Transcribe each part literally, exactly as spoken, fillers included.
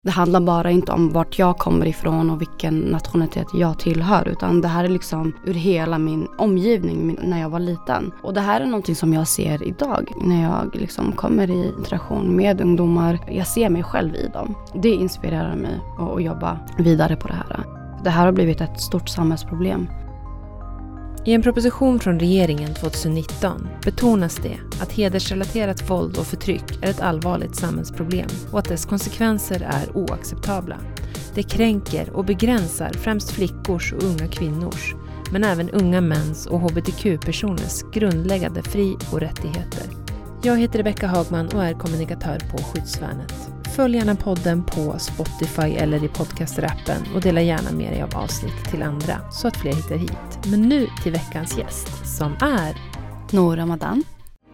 Det handlar bara inte om vart jag kommer ifrån och vilken nationalitet jag tillhör, utan det här är liksom ur hela min omgivning min, när jag var liten. Och det här är någonting som jag ser idag när jag liksom kommer i interaktion med ungdomar. Jag ser mig själv i dem. Det inspirerar mig att, att jobba vidare på det här. Det här har blivit ett stort samhällsproblem. I en proposition från regeringen tjugonitton betonas det att hedersrelaterat våld och förtryck är ett allvarligt samhällsproblem och att dess konsekvenser är oacceptabla. Det kränker och begränsar främst flickors och unga kvinnors, men även unga mäns och hbtq-personers grundläggande fri- och rättigheter. Jag heter Rebecca Hagman och är kommunikatör på Skyddsvärnet. Följ gärna podden på Spotify eller i podcastrappen och dela gärna med dig av avsnitt till andra så att fler hittar hit. Men nu till veckans gäst som är Nour Ramadan.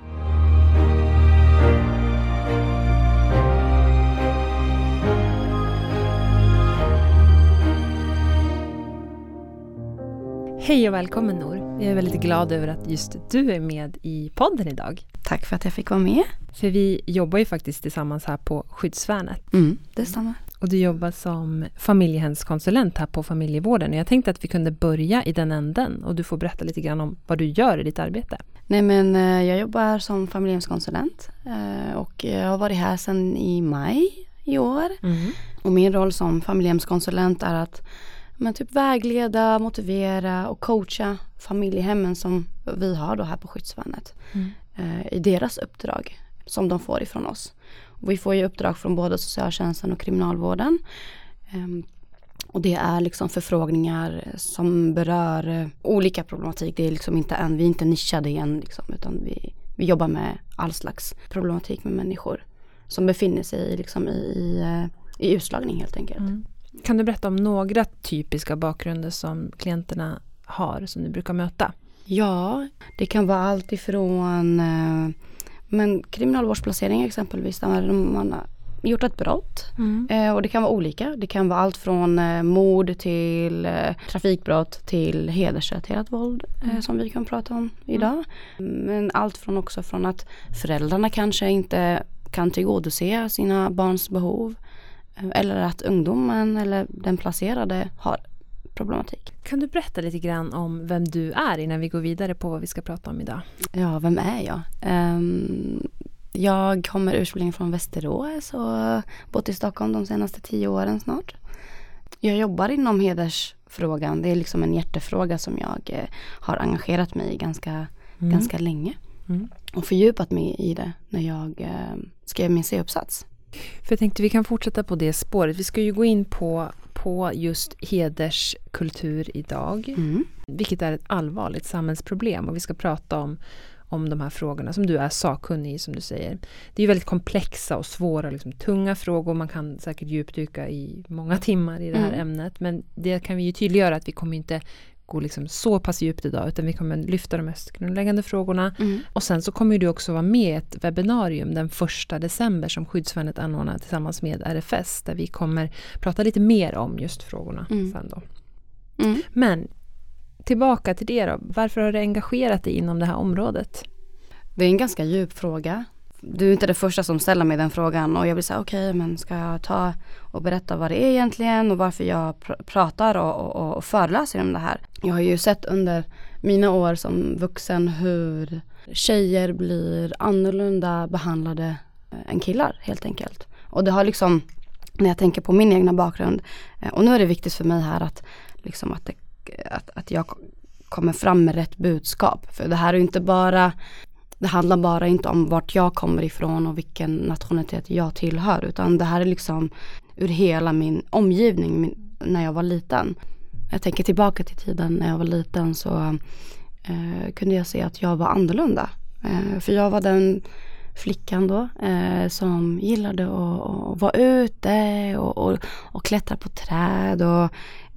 Hej och välkommen Nour. Jag är väldigt glad över att just du är med i podden idag. Tack för att jag fick vara med. För vi jobbar ju faktiskt tillsammans här på Skyddsvärnet. Mm, det stämmer. Och du jobbar som familjehemskonsulent här på familjevården. Och jag tänkte att vi kunde börja i den änden. Och du får berätta lite grann om vad du gör i ditt arbete. Nej, men jag jobbar som familjehemskonsulent. Och jag har varit här sedan i maj i år. Mm. Och min roll som familjehemskonsulent är att men typ vägleda, motivera och coacha familjehemmen som vi har då här på Skyddsvärnet. Mm. I deras uppdrag som de får ifrån oss. Och vi får ju uppdrag från både socialtjänsten och kriminalvården. Um, och det är liksom förfrågningar som berör uh, olika problematik. Det är liksom inte en, vi är inte nischade igen liksom, utan vi, vi jobbar med all slags problematik med människor som befinner sig liksom, i, i, uh, i utslagning helt enkelt. Mm. Kan du berätta om några typiska bakgrunder som klienterna har som du brukar möta? Ja, det kan vara allt ifrån uh, men kriminalvårdsplacering exempelvis där man har gjort ett brott. Mm. Eh, och det kan vara olika. Det kan vara allt från eh, mord till eh, trafikbrott till hedersrelaterat våld eh, mm. som vi kan prata om idag. Mm. Men allt från också från att föräldrarna kanske inte kan tillgodose sina barns behov. Eh, eller att ungdomen eller den placerade har problematik. Kan du berätta lite grann om vem du är innan vi går vidare på vad vi ska prata om idag? Ja, vem är jag? Um, jag kommer ursprungligen från Västerås och bott i Stockholm de senaste tio åren snart. Jag jobbar inom hedersfrågan. Det är liksom en hjärtefråga som jag eh, har engagerat mig i ganska, mm. ganska länge. Mm. Och fördjupat mig i det när jag eh, skrev min C-uppsats. För jag tänkte vi kan fortsätta på det spåret. Vi ska ju gå in på på just hederskultur idag. Mm. Vilket är ett allvarligt samhällsproblem. Och vi ska prata om, om de här frågorna som du är sakkunnig i, som du säger. Det är ju väldigt komplexa och svåra, liksom, tunga frågor. Man kan säkert djupdyka i många timmar i det här mm. ämnet. Men det kan vi ju tydliggöra att vi kommer inte gå liksom så pass djupt idag, utan vi kommer lyfta de mest grundläggande frågorna. Mm. Och sen så kommer du också vara med i ett webbinarium den första december som Skyddsvärnet anordnar tillsammans med R F S, där vi kommer prata lite mer om just frågorna mm. sen då. Mm. Men tillbaka till det då. Varför har du engagerat dig inom det här området? Det är en ganska djup fråga. Du är inte det första som ställer mig den frågan och jag vill säga okej, okay, men ska jag ta och berätta vad det är egentligen och varför jag pr- pratar och, och, och föreläser om det här. Jag har ju sett under mina år som vuxen hur tjejer blir annorlunda behandlade än killar helt enkelt. Och det har liksom, när jag tänker på min egna bakgrund, och nu är det viktigt för mig här att, liksom att, det, att, att jag kommer fram med rätt budskap. För det här är ju inte bara... Det handlar bara inte om vart jag kommer ifrån och vilken nationalitet jag tillhör, utan det här är liksom ur hela min omgivning min, när jag var liten. Jag tänker tillbaka till tiden när jag var liten så eh, kunde jag se att jag var annorlunda. Eh, för jag var den flickan då eh, som gillade att, att vara ute och, och, och klättra på träd och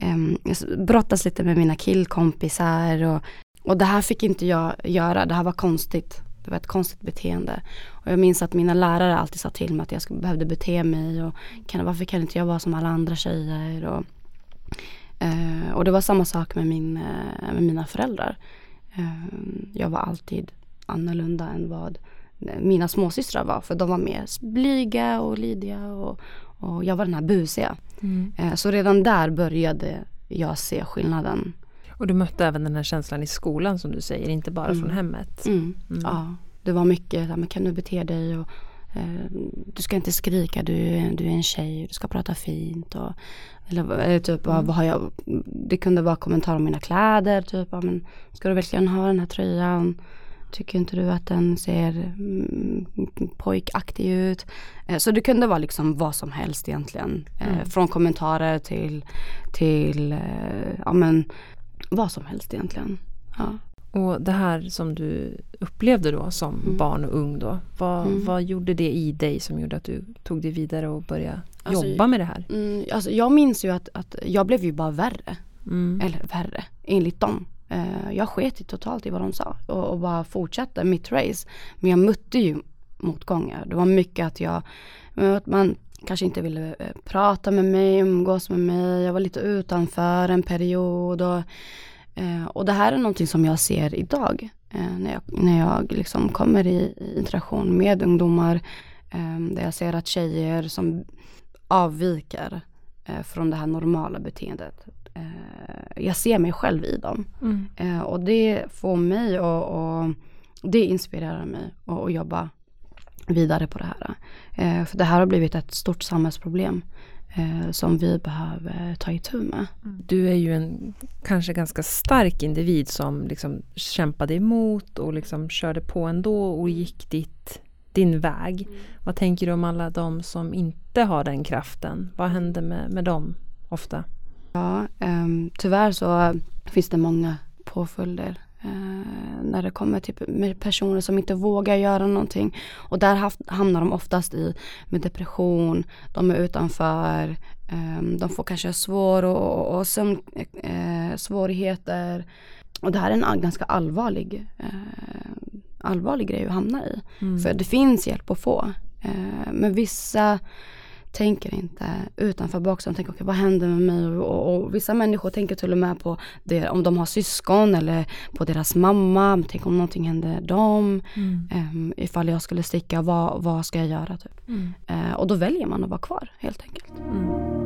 eh, brottas lite med mina killkompisar. Och, och det här fick inte jag göra, det här var konstigt. Det var ett konstigt beteende. Och jag minns att mina lärare alltid sa till mig att jag skulle, behövde bete mig. Och kan, varför kan inte jag vara som alla andra tjejer? Och, eh, och det var samma sak med, min, eh, med mina föräldrar. Eh, jag var alltid annorlunda än vad mina småsystrar var. För de var mer blyga och lydiga och, och jag var den här busiga. Mm. Eh, så redan där började jag se skillnaden. Och du mötte även den här känslan i skolan som du säger, inte bara mm. från hemmet. Mm. Mm. Ja, det var mycket, men kan du bete dig och eh, du ska inte skrika, du, du är en tjej, du ska prata fint. Och, eller typ, mm. vad har jag, det kunde vara kommentarer om mina kläder, typ, ja, men ska du verkligen ha den här tröjan? Tycker inte du att den ser mm, pojkaktig ut? Eh, så det kunde vara liksom vad som helst egentligen. Eh, mm. Från kommentarer till, till eh, ja men vad som helst egentligen. Ja. Och det här som du upplevde då som mm. barn och ung då, vad, mm. vad gjorde det i dig som gjorde att du tog dig vidare och började alltså, jobba med det här? Mm, alltså jag minns ju att, att jag blev ju bara värre. Mm. Eller värre, enligt dem. Uh, jag sket totalt i vad de sa och, och bara fortsatte mitt race. Men jag mötte ju motgångar. Det var mycket att jag, att man kanske inte ville uh, prata med mig, umgås med mig. Jag var lite utanför en period och Uh, och det här är någonting som jag ser idag uh, när jag, när jag liksom kommer i, i interaktion med ungdomar um, där jag ser att tjejer som avviker uh, från det här normala beteendet. Uh, jag ser mig själv i dem. Mm. Uh, och det får mig och, och det inspirerar mig att, att jobba vidare på det här. Uh, för det här har blivit ett stort samhällsproblem. Eh, som vi behöver ta itu med. Du är ju en kanske ganska stark individ som liksom kämpade emot och liksom körde på ändå och gick ditt, din väg. Mm. Vad tänker du om alla de som inte har den kraften? Vad händer med, med dem ofta? Ja, eh, tyvärr så finns det många påföljder Uh, när det kommer till med personer som inte vågar göra någonting. Och där haft, hamnar de oftast i med depression, de är utanför, um, de får kanske svår och, och sömn, uh, svårigheter. Och det här är en ganska allvarlig uh, allvarlig grej att hamna i. Mm. För det finns hjälp att få. Uh, men vissa tänker inte utanför boxen. Tänker, okay, vad händer med mig? Och, och, och vissa människor tänker till och med på det, om de har syskon eller på deras mamma. Tänk om någonting händer dem. Mm. Um, ifall jag skulle sticka, vad, vad ska jag göra? Typ. Mm. Uh, och då väljer man att vara kvar, helt enkelt. Mm.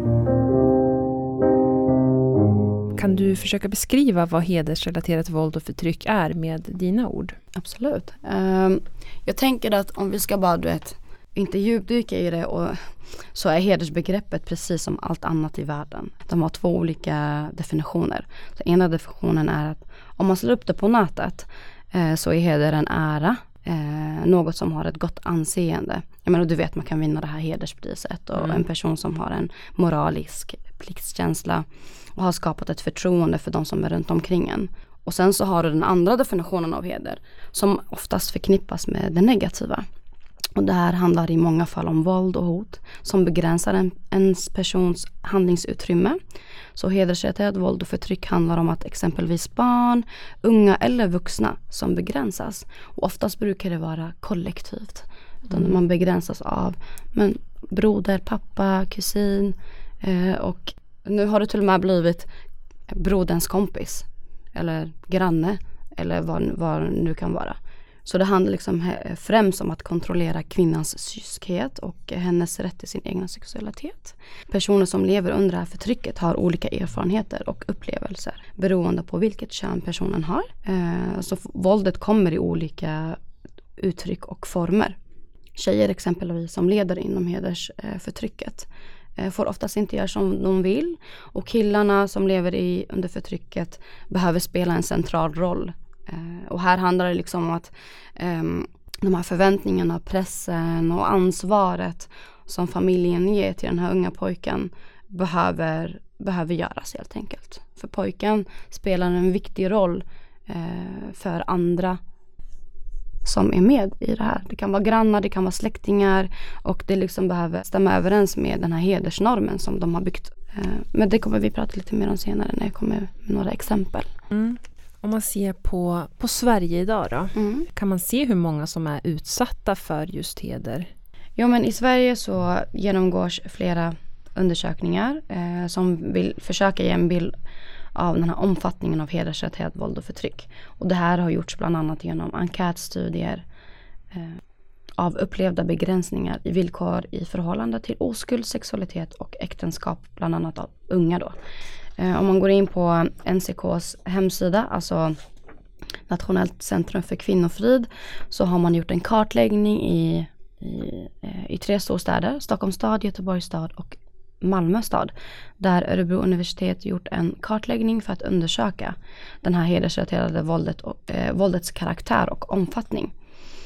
Kan du försöka beskriva vad hedersrelaterat våld och förtryck är med dina ord? Absolut. Um, jag tänker att om vi ska bara, du vet, inte djupdyka i det, och så är hedersbegreppet precis som allt annat i världen. De har två olika definitioner. Så ena definitionen är att om man slår upp det på nätet eh, så är heder en ära, eh, något som har ett gott anseende. Jag menar, du vet, man kan vinna det här hederspriset och mm. en person som har en moralisk pliktkänsla och har skapat ett förtroende för de som är runt omkring en. Och sen så har du den andra definitionen av heder som oftast förknippas med det negativa. Och det här handlar i många fall om våld och hot som begränsar en, en persons handlingsutrymme. Så hedersrelaterat våld och förtryck handlar om att exempelvis barn, unga eller vuxna som begränsas. Och oftast brukar det vara kollektivt. Utan mm. man begränsas av men, broder, pappa, kusin. Eh, och nu har det till och med blivit broderns kompis. Eller granne. Eller vad, vad det nu kan vara. Så det handlar liksom främst om att kontrollera kvinnans kyskhet och hennes rätt till sin egen sexualitet. Personer som lever under det här förtrycket har olika erfarenheter och upplevelser beroende på vilket kön personen har. Så våldet kommer i olika uttryck och former. Tjejer exempelvis som leder inom hedersförtrycket får oftast inte göra som de vill, och killarna som lever i under förtrycket behöver spela en central roll. Uh, och här handlar det liksom om att um, de här förväntningarna, pressen och ansvaret som familjen ger till den här unga pojken behöver, behöver göras helt enkelt. För pojken spelar en viktig roll uh, för andra som är med i det här. Det kan vara grannar, det kan vara släktingar, och det liksom behöver stämma överens med den här hedersnormen som de har byggt. Uh, men det kommer vi prata lite mer om senare när jag kommer med några exempel. Mm. Om man ser på, på Sverige idag då, mm. kan man se hur många som är utsatta för just heder? Ja, men i Sverige så genomgås flera undersökningar eh, som vill försöka ge en bild av den här omfattningen av hedersrelaterat våld och förtryck. Och det här har gjorts bland annat genom enkätstudier. Eh, av upplevda begränsningar i villkor i förhållande till oskuld, sexualitet och äktenskap, bland annat av unga då. Eh, om man går in på N C K:s hemsida, alltså Nationellt centrum för kvinnofrid, så har man gjort en kartläggning i, i, i tre storstäder, Stockholms stad, Göteborgs stad och Malmö stad, där Örebro universitet gjort en kartläggning för att undersöka den här hedersrelaterade våldet och, eh, våldets karaktär och omfattning.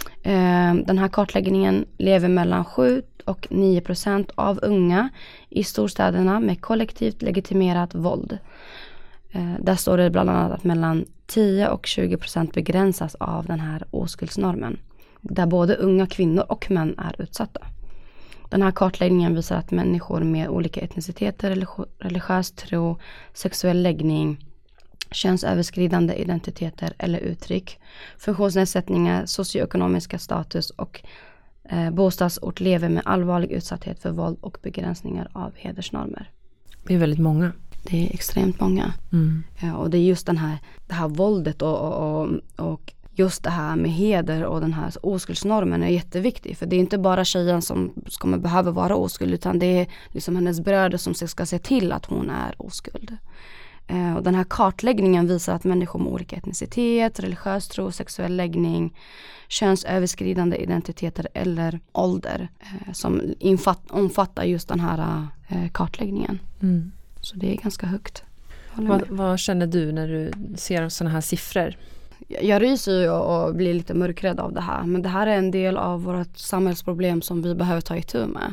Eh, den här kartläggningen lever mellan sju och nio procent av unga i storstäderna med kollektivt legitimerat våld. Eh, där står det bland annat att mellan tio och tjugo procent begränsas av den här oskuldsnormen, där både unga kvinnor och män är utsatta. Den här kartläggningen visar att människor med olika etniciteter, religiös tro, sexuell läggning, könsöverskridande identiteter eller uttryck, funktionsnedsättningar, socioekonomiska status och eh, bostadsort lever med allvarlig utsatthet för våld och begränsningar av hedersnormer. Det är väldigt många. Det är extremt många. Mm. Ja, och det är just den här, det här våldet och, och, och, och just det här med heder och den här oskuldsnormen är jätteviktig. För det är inte bara tjejen som kommer behöva vara oskuld, utan det är liksom hennes bröder som ska se till att hon är oskuld. Eh, och den här kartläggningen visar att människor med olika etnicitet, religiös tro, sexuell läggning, könsöverskridande identiteter eller ålder eh, som infatt, omfattar just den här eh, kartläggningen. Mm. Så det är ganska högt. Vad, vad känner du när du ser sådana här siffror? Jag ryser ju och blir lite mörkrädd av det här. Men det här är en del av vårt samhällsproblem som vi behöver ta itu med.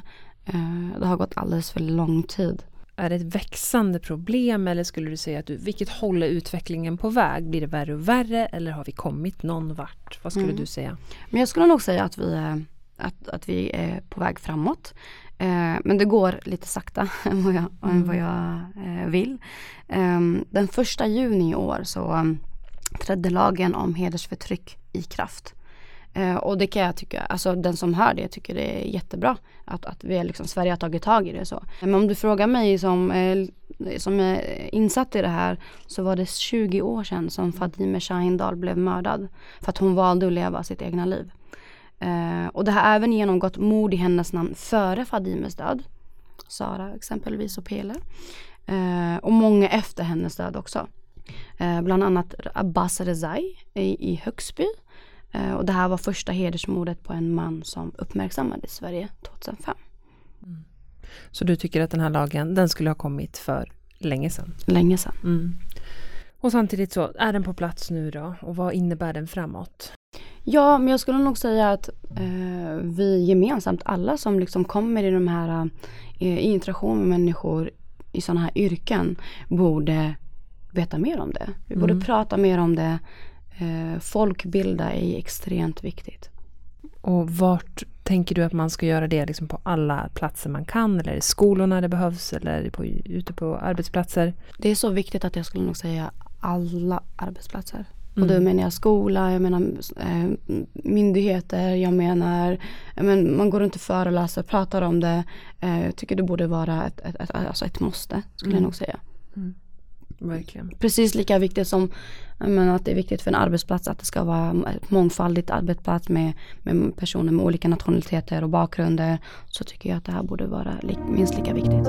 Det har gått alldeles för lång tid. Är det ett växande problem, eller skulle du säga att du, vilket håll är utvecklingen på väg? Blir det värre och värre, eller har vi kommit någon vart? Vad skulle mm. du säga? Men jag skulle nog säga att vi är, att, att vi är på väg framåt. Eh, men det går lite sakta än vad jag, mm. än vad jag eh, vill. Eh, den första juni i år så um, trädde lagen om hedersförtryck i kraft. Eh, och det kan jag tycka, alltså den som hör det tycker det är jättebra att, att vi liksom, Sverige har tagit tag i det så. Men om du frågar mig som, eh, som är insatt i det här, så var det tjugo år sedan som Fadime Sahindal blev mördad för att hon valde att leva sitt egna liv. Eh, och det har även genomgått mord i hennes namn före Fadimes död. Sara exempelvis och Pele. Eh, och många efter hennes död också. Eh, bland annat Abbas Rezai i, i Högsby. Eh, och det här var första hedersmordet på en man som uppmärksammades i Sverige tjugohundrafem. Mm. Så du tycker att den här lagen, den skulle ha kommit för länge sedan? Länge sedan. Mm. Och samtidigt så, är den på plats nu då? Och vad innebär den framåt? Ja, men jag skulle nog säga att eh, vi gemensamt, alla som liksom kommer i de här eh, i interaktion med människor i sådana här yrken, borde veta mer om det. Vi borde mm. prata mer om det. Eh, folkbilda är extremt viktigt. Och vart tänker du att man ska göra det? Liksom på alla platser man kan? Eller i skolorna det behövs? Eller på, ute på arbetsplatser? Det är så viktigt att jag skulle nog säga alla arbetsplatser. Och då menar jag skola, jag menar eh, myndigheter, jag menar jag men, man går runt och föreläser, pratar om det. Eh, jag tycker det borde vara ett, ett, ett, alltså ett måste, skulle mm. jag nog säga. Mm. Verkligen. Precis lika viktigt som jag menar, att det är viktigt för en arbetsplats att det ska vara ett mångfaldigt arbetsplats med, med personer med olika nationaliteter och bakgrunder, så tycker jag att det här borde vara li, minst lika viktigt.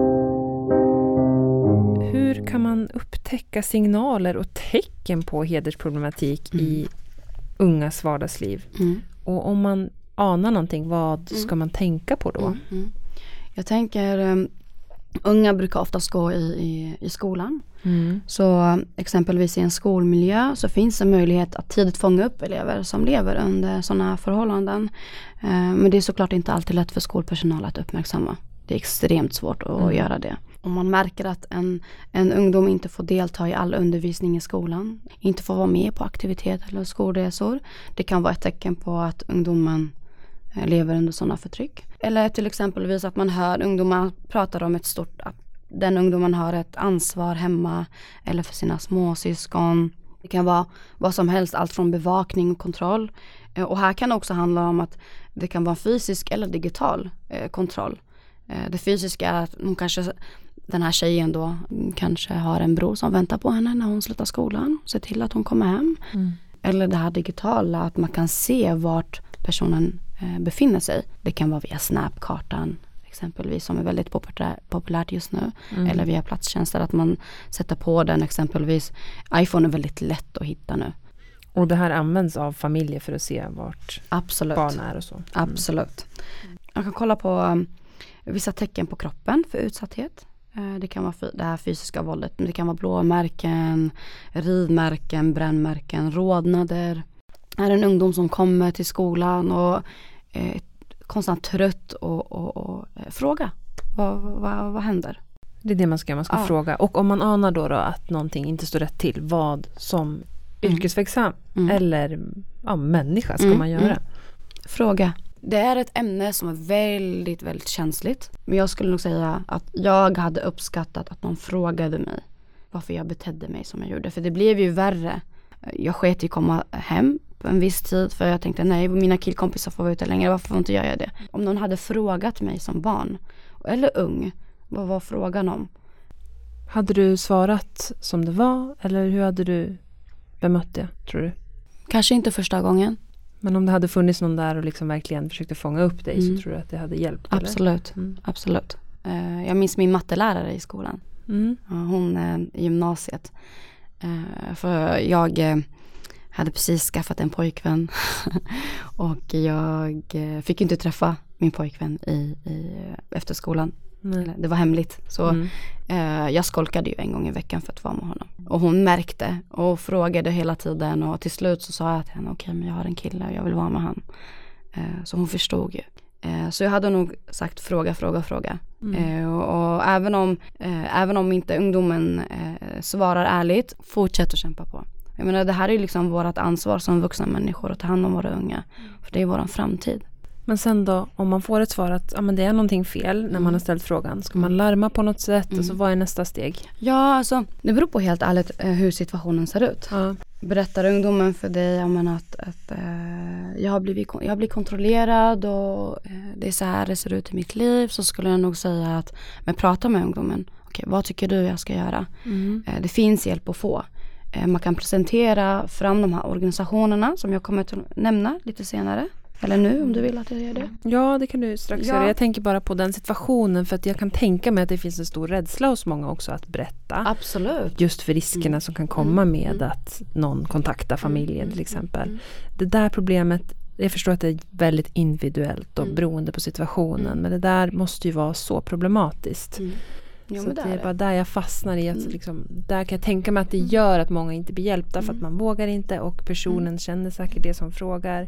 Hur kan man upptäcka signaler och tecken på hedersproblematik mm. i ungas vardagsliv? Mm. Och om man anar någonting, vad mm. ska man tänka på då? Mm. Mm. Jag tänker, um, unga brukar oftast gå i, i, i skolan. Mm. Så exempelvis i en skolmiljö så finns det möjlighet att tidigt fånga upp elever som lever under sådana förhållanden. Uh, men det är såklart inte alltid lätt för skolpersonal att uppmärksamma. Det är extremt svårt att mm. göra det. Om man märker att en, en ungdom inte får delta i all undervisning i skolan, inte får vara med på aktiviteter eller skolresor, det kan vara ett tecken på att ungdomen lever under sådana förtryck. Eller till exempelvis att man hör ungdomar prata om ett stort, att den ungdomen har ett ansvar hemma eller för sina småsyskon. Det kan vara vad som helst, allt från bevakning och kontroll. Och här kan det också handla om att det kan vara fysisk eller digital eh, kontroll. Eh, det fysiska är att hon kanske, den här tjejen då kanske har en bror som väntar på henne när hon slutar skolan. Se till att hon kommer hem. Mm. Eller det här digitala, att man kan se vart personen eh, befinner sig. Det kan vara via Snapkartan exempelvis, som är väldigt populär, populärt just nu. Mm. Eller via platstjänster, att man sätter på den exempelvis. iPhone är väldigt lätt att hitta nu. Och det här används av familjer för att se vart Absolut. barn är och så. Mm. Absolut. Man kan kolla på um, vissa tecken på kroppen för utsatthet. Uh, det kan vara f- det här fysiska våldet. Men det kan vara blåmärken, rivmärken, brännmärken, rodnader. Är en ungdom som kommer till skolan och är konstant trött och, och, och eh, fråga. Vad, vad, vad händer? Det är det man ska, man ska ja. fråga. Och om man anar då, då att någonting inte står rätt till, vad som mm. yrkesverksam mm. eller ja, människa ska mm. man göra? Mm. Fråga. Det är ett ämne som är väldigt, väldigt känsligt. Men jag skulle nog säga att jag hade uppskattat att någon frågade mig varför jag betedde mig som jag gjorde. För det blev ju värre. Jag sket i att komma hem på en viss tid, för jag tänkte nej, mina killkompisar får vara ute längre, varför får inte jag göra det? Om någon hade frågat mig som barn eller ung, vad var frågan om? Hade du svarat som det var, eller hur hade du bemött det, tror du? Kanske inte första gången. Men om det hade funnits någon där och liksom verkligen försökte fånga upp dig mm. så tror du att det hade hjälpt? Absolut, mm. absolut. Uh, jag minns min mattelärare i skolan. Mm. Uh, hon uh, i gymnasiet. Uh, för jag uh, hade precis skaffat en pojkvän och jag uh, fick inte träffa min pojkvän i, i, efter skolan. Mm. Det var hemligt. Så mm. uh, jag skolkade ju en gång i veckan för att vara med honom. Och hon märkte och frågade hela tiden, och till slut så sa jag till henne, okej, okay, men jag har en kille och jag vill vara med han. Uh, så hon förstod ju. Uh, så jag hade nog sagt fråga, fråga, fråga. Mm. Uh, och, och även om uh, även om inte ungdomen uh, svarar ärligt, fortsätt att kämpa på. Jag menar, det här är ju liksom vårt ansvar som vuxna människor att ta hand om våra unga. För det är våran framtid. Men sen då, om man får ett svar att ja, men det är någonting fel när mm. man har ställt frågan, ska man larma på något sätt? Mm. Alltså, vad är nästa steg? Ja, alltså, det beror på helt ärligt eh, hur situationen ser ut. Ja. Berättar ungdomen för dig ja, men att, att eh, jag, har blivit, jag blir kontrollerad och eh, det är så här det ser ut i mitt liv, så skulle jag nog säga att men prata med ungdomen. Okej, vad tycker du jag ska göra? Mm. Eh, det finns hjälp att få. Eh, man kan presentera fram de här organisationerna som jag kommer att nämna lite senare. Eller nu, om du vill att jag gör det. Ja, det kan du strax ja. göra. Jag tänker bara på den situationen, för att jag kan tänka mig att det finns en stor rädsla hos många också att berätta. Absolut. Just för riskerna mm. som kan komma med mm. att någon kontaktar familjen mm. till exempel. Mm. Det där problemet, jag förstår att det är väldigt individuellt och mm. beroende på situationen. Mm. Men det där måste ju vara så problematiskt. Mm. Jo, så det är, är bara där jag fastnar i att mm. liksom, där kan jag tänka mig att det gör att många inte blir hjälpta mm. för att man vågar inte, och personen mm. känner säkert det som frågar.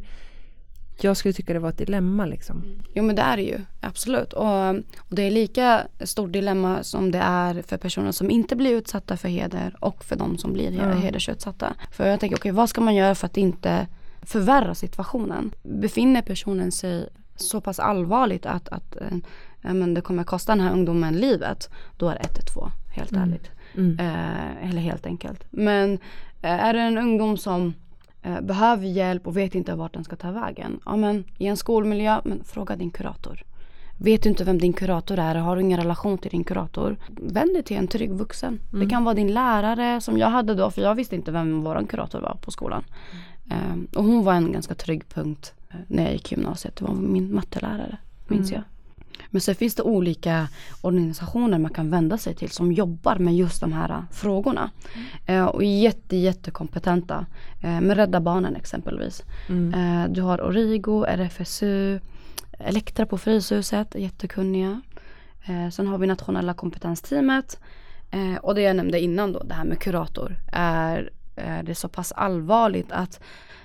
Jag skulle tycka det var ett dilemma liksom. Jo, men det är det ju, absolut. Och, och det är lika stort dilemma som det är för personer som inte blir utsatta för heder och för de som blir mm. hedersutsatta. För jag tänker, okej, okay, vad ska man göra för att inte förvärra situationen? Befinner personen sig så pass allvarligt att, att äh, men det kommer kosta den här ungdomen livet, då är det ett två, helt mm. ärligt. Mm. Eh, eller helt enkelt. Men eh, är det en ungdom som behöver hjälp och vet inte vart den ska ta vägen. Ja, men i en skolmiljö, men fråga din kurator. Vet du inte vem din kurator är, har du ingen relation till din kurator, vänd dig till en trygg vuxen. Mm. Det kan vara din lärare, som jag hade då, för jag visste inte vem våran kurator var på skolan. Mm. Um, och hon var en ganska trygg punkt när jag gick i gymnasiet. Det var min mattelärare, minns mm. jag. Men så finns det olika organisationer man kan vända sig till som jobbar med just de här frågorna. Mm. Eh, och är jätte, jättekompetenta. Eh, med Rädda Barnen exempelvis. Mm. Eh, du har Origo, R F S U, Elektra på Fryshuset, jättekunniga. Eh, sen har vi nationella kompetensteamet. Eh, och det jag nämnde innan då, det här med kurator. Är, är det så pass allvarligt att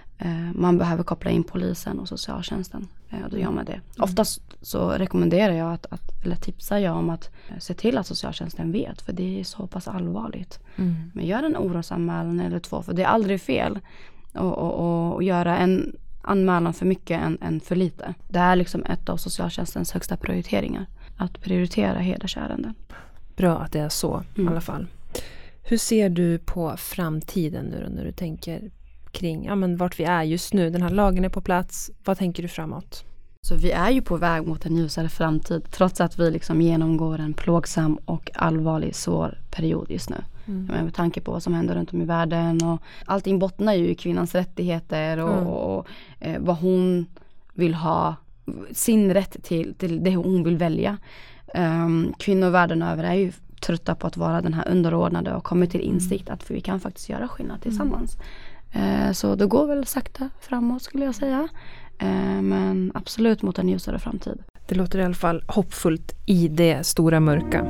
man behöver koppla in polisen och socialtjänsten. Och då gör man det. Mm. Oftast så rekommenderar jag att, att, eller tipsar jag om att se till att socialtjänsten vet. För det är så pass allvarligt. Mm. Men gör en orosanmälan eller två. För det är aldrig fel att och, och, och göra en anmälan för mycket än, än för lite. Det är liksom ett av socialtjänstens högsta prioriteringar. Att prioritera hedersärenden. Bra att det är så mm. i alla fall. Hur ser du på framtiden nu då, när du tänker kring ja, men vart vi är just nu? Den här lagen är på plats. Vad tänker du framåt? Så vi är ju på väg mot en ljusare framtid, trots att vi liksom genomgår en plågsam och allvarlig svår period just nu. Mm. Med, med tanke på vad som händer runt om i världen. Och allting bottnar ju i kvinnans rättigheter och, mm. och, och eh, vad hon vill ha, sin rätt till, till det hon vill välja. Um, kvinnor världen över är ju trötta på att vara den här underordnade och kommer till insikt att vi kan faktiskt göra skillnad tillsammans. Mm. Uh, så det går väl sakta framåt skulle jag säga. Uh, men absolut mot en ljusare framtid. Det låter i alla fall hoppfullt i det stora mörka.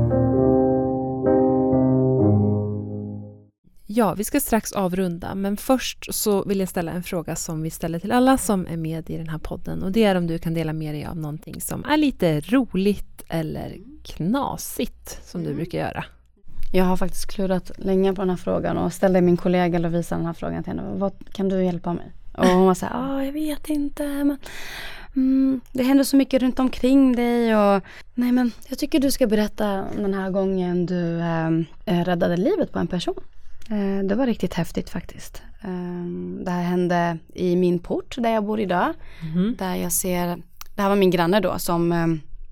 Ja, vi ska strax avrunda, men först så vill jag ställa en fråga som vi ställer till alla som är med i den här podden. Och det är om du kan dela med dig av någonting som är lite roligt eller knasigt som du brukar göra. Jag har faktiskt klurat länge på den här frågan och ställde min kollega Lovisa den här frågan till henne. Vad kan du hjälpa mig? Och hon var så här, ah, jag vet inte, men mm, det händer så mycket runt omkring dig. Och, nej, men jag tycker du ska berätta den här gången du äh, räddade livet på en person. Äh, det var riktigt häftigt faktiskt. Äh, det här hände i min port där jag bor idag. Mm-hmm. Där jag ser, det här var min granne då som äh,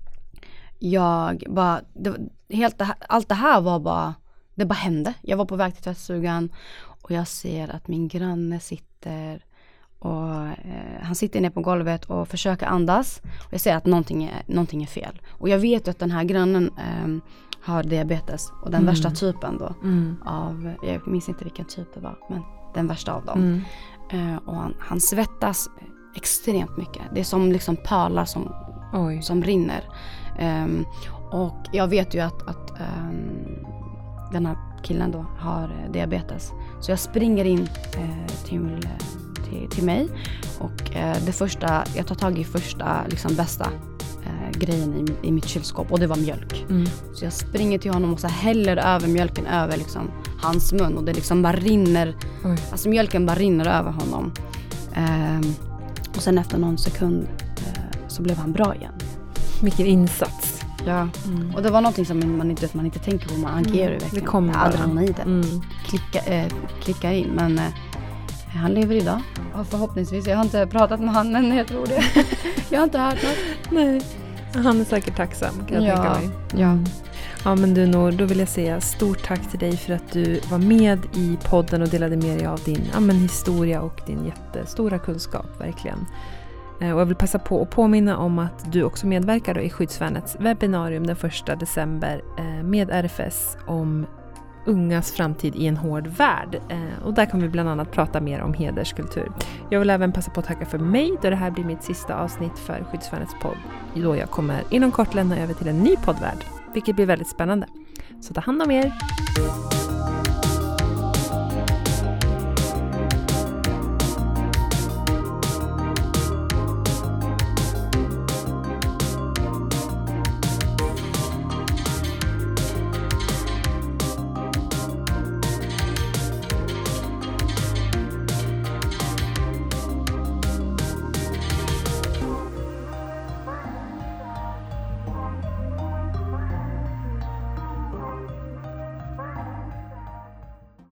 jag bara, det, helt det här, allt det här var bara, det bara hände. Jag var på väg till tvättstugan och jag ser att min granne sitter och eh, han sitter ner på golvet och försöker andas. Och jag ser att någonting är, någonting är fel. Och jag vet ju att den här grannen eh, har diabetes. Och den mm. värsta typen då. Mm. Av, jag minns inte vilken typ det var. Men den värsta av dem. Mm. Eh, och han, han svettas extremt mycket. Det är som liksom pölar som, som rinner. Um, och jag vet ju att, att um, den här killen då har diabetes. Så jag springer in eh, till, till, till mig. Och eh, det första, jag tar tag i första liksom bästa eh, grejen i, i mitt kylskåp. Och det var mjölk. Mm. Så jag springer till honom och så häller över mjölken över liksom hans mun. Och det liksom bara rinner. Oj. Alltså mjölken bara rinner över honom. Eh, och sen efter någon sekund eh, så blev han bra igen. Vilken insats. Ja, mm. och det var någonting som man inte, man inte tänker på. Man agerar ju verkligen. Det kommer adrenalinet. Mm. Klicka, eh, klickar in. Men eh, han lever idag. Ja, förhoppningsvis. Jag har inte pratat med han, men jag tror det. Jag har inte hört något. Nej, han är säkert tacksam, kan jag ja. tänka mig. Ja. Ja, men du Nour, då vill jag säga stort tack till dig för att du var med i podden och delade med dig av din ja, men historia och din jättestora kunskap, verkligen. Och jag vill passa på att påminna om att du också medverkar i Skyddsvärnets webbinarium den första december med R F S om ungas framtid i en hård värld. Och där kommer vi bland annat prata mer om hederskultur. Jag vill även passa på att tacka för mig då det här blir mitt sista avsnitt för Skyddsvärnets podd. Då jag kommer inom kort lämna över till en ny poddvärld, vilket blir väldigt spännande. Så ta hand om er!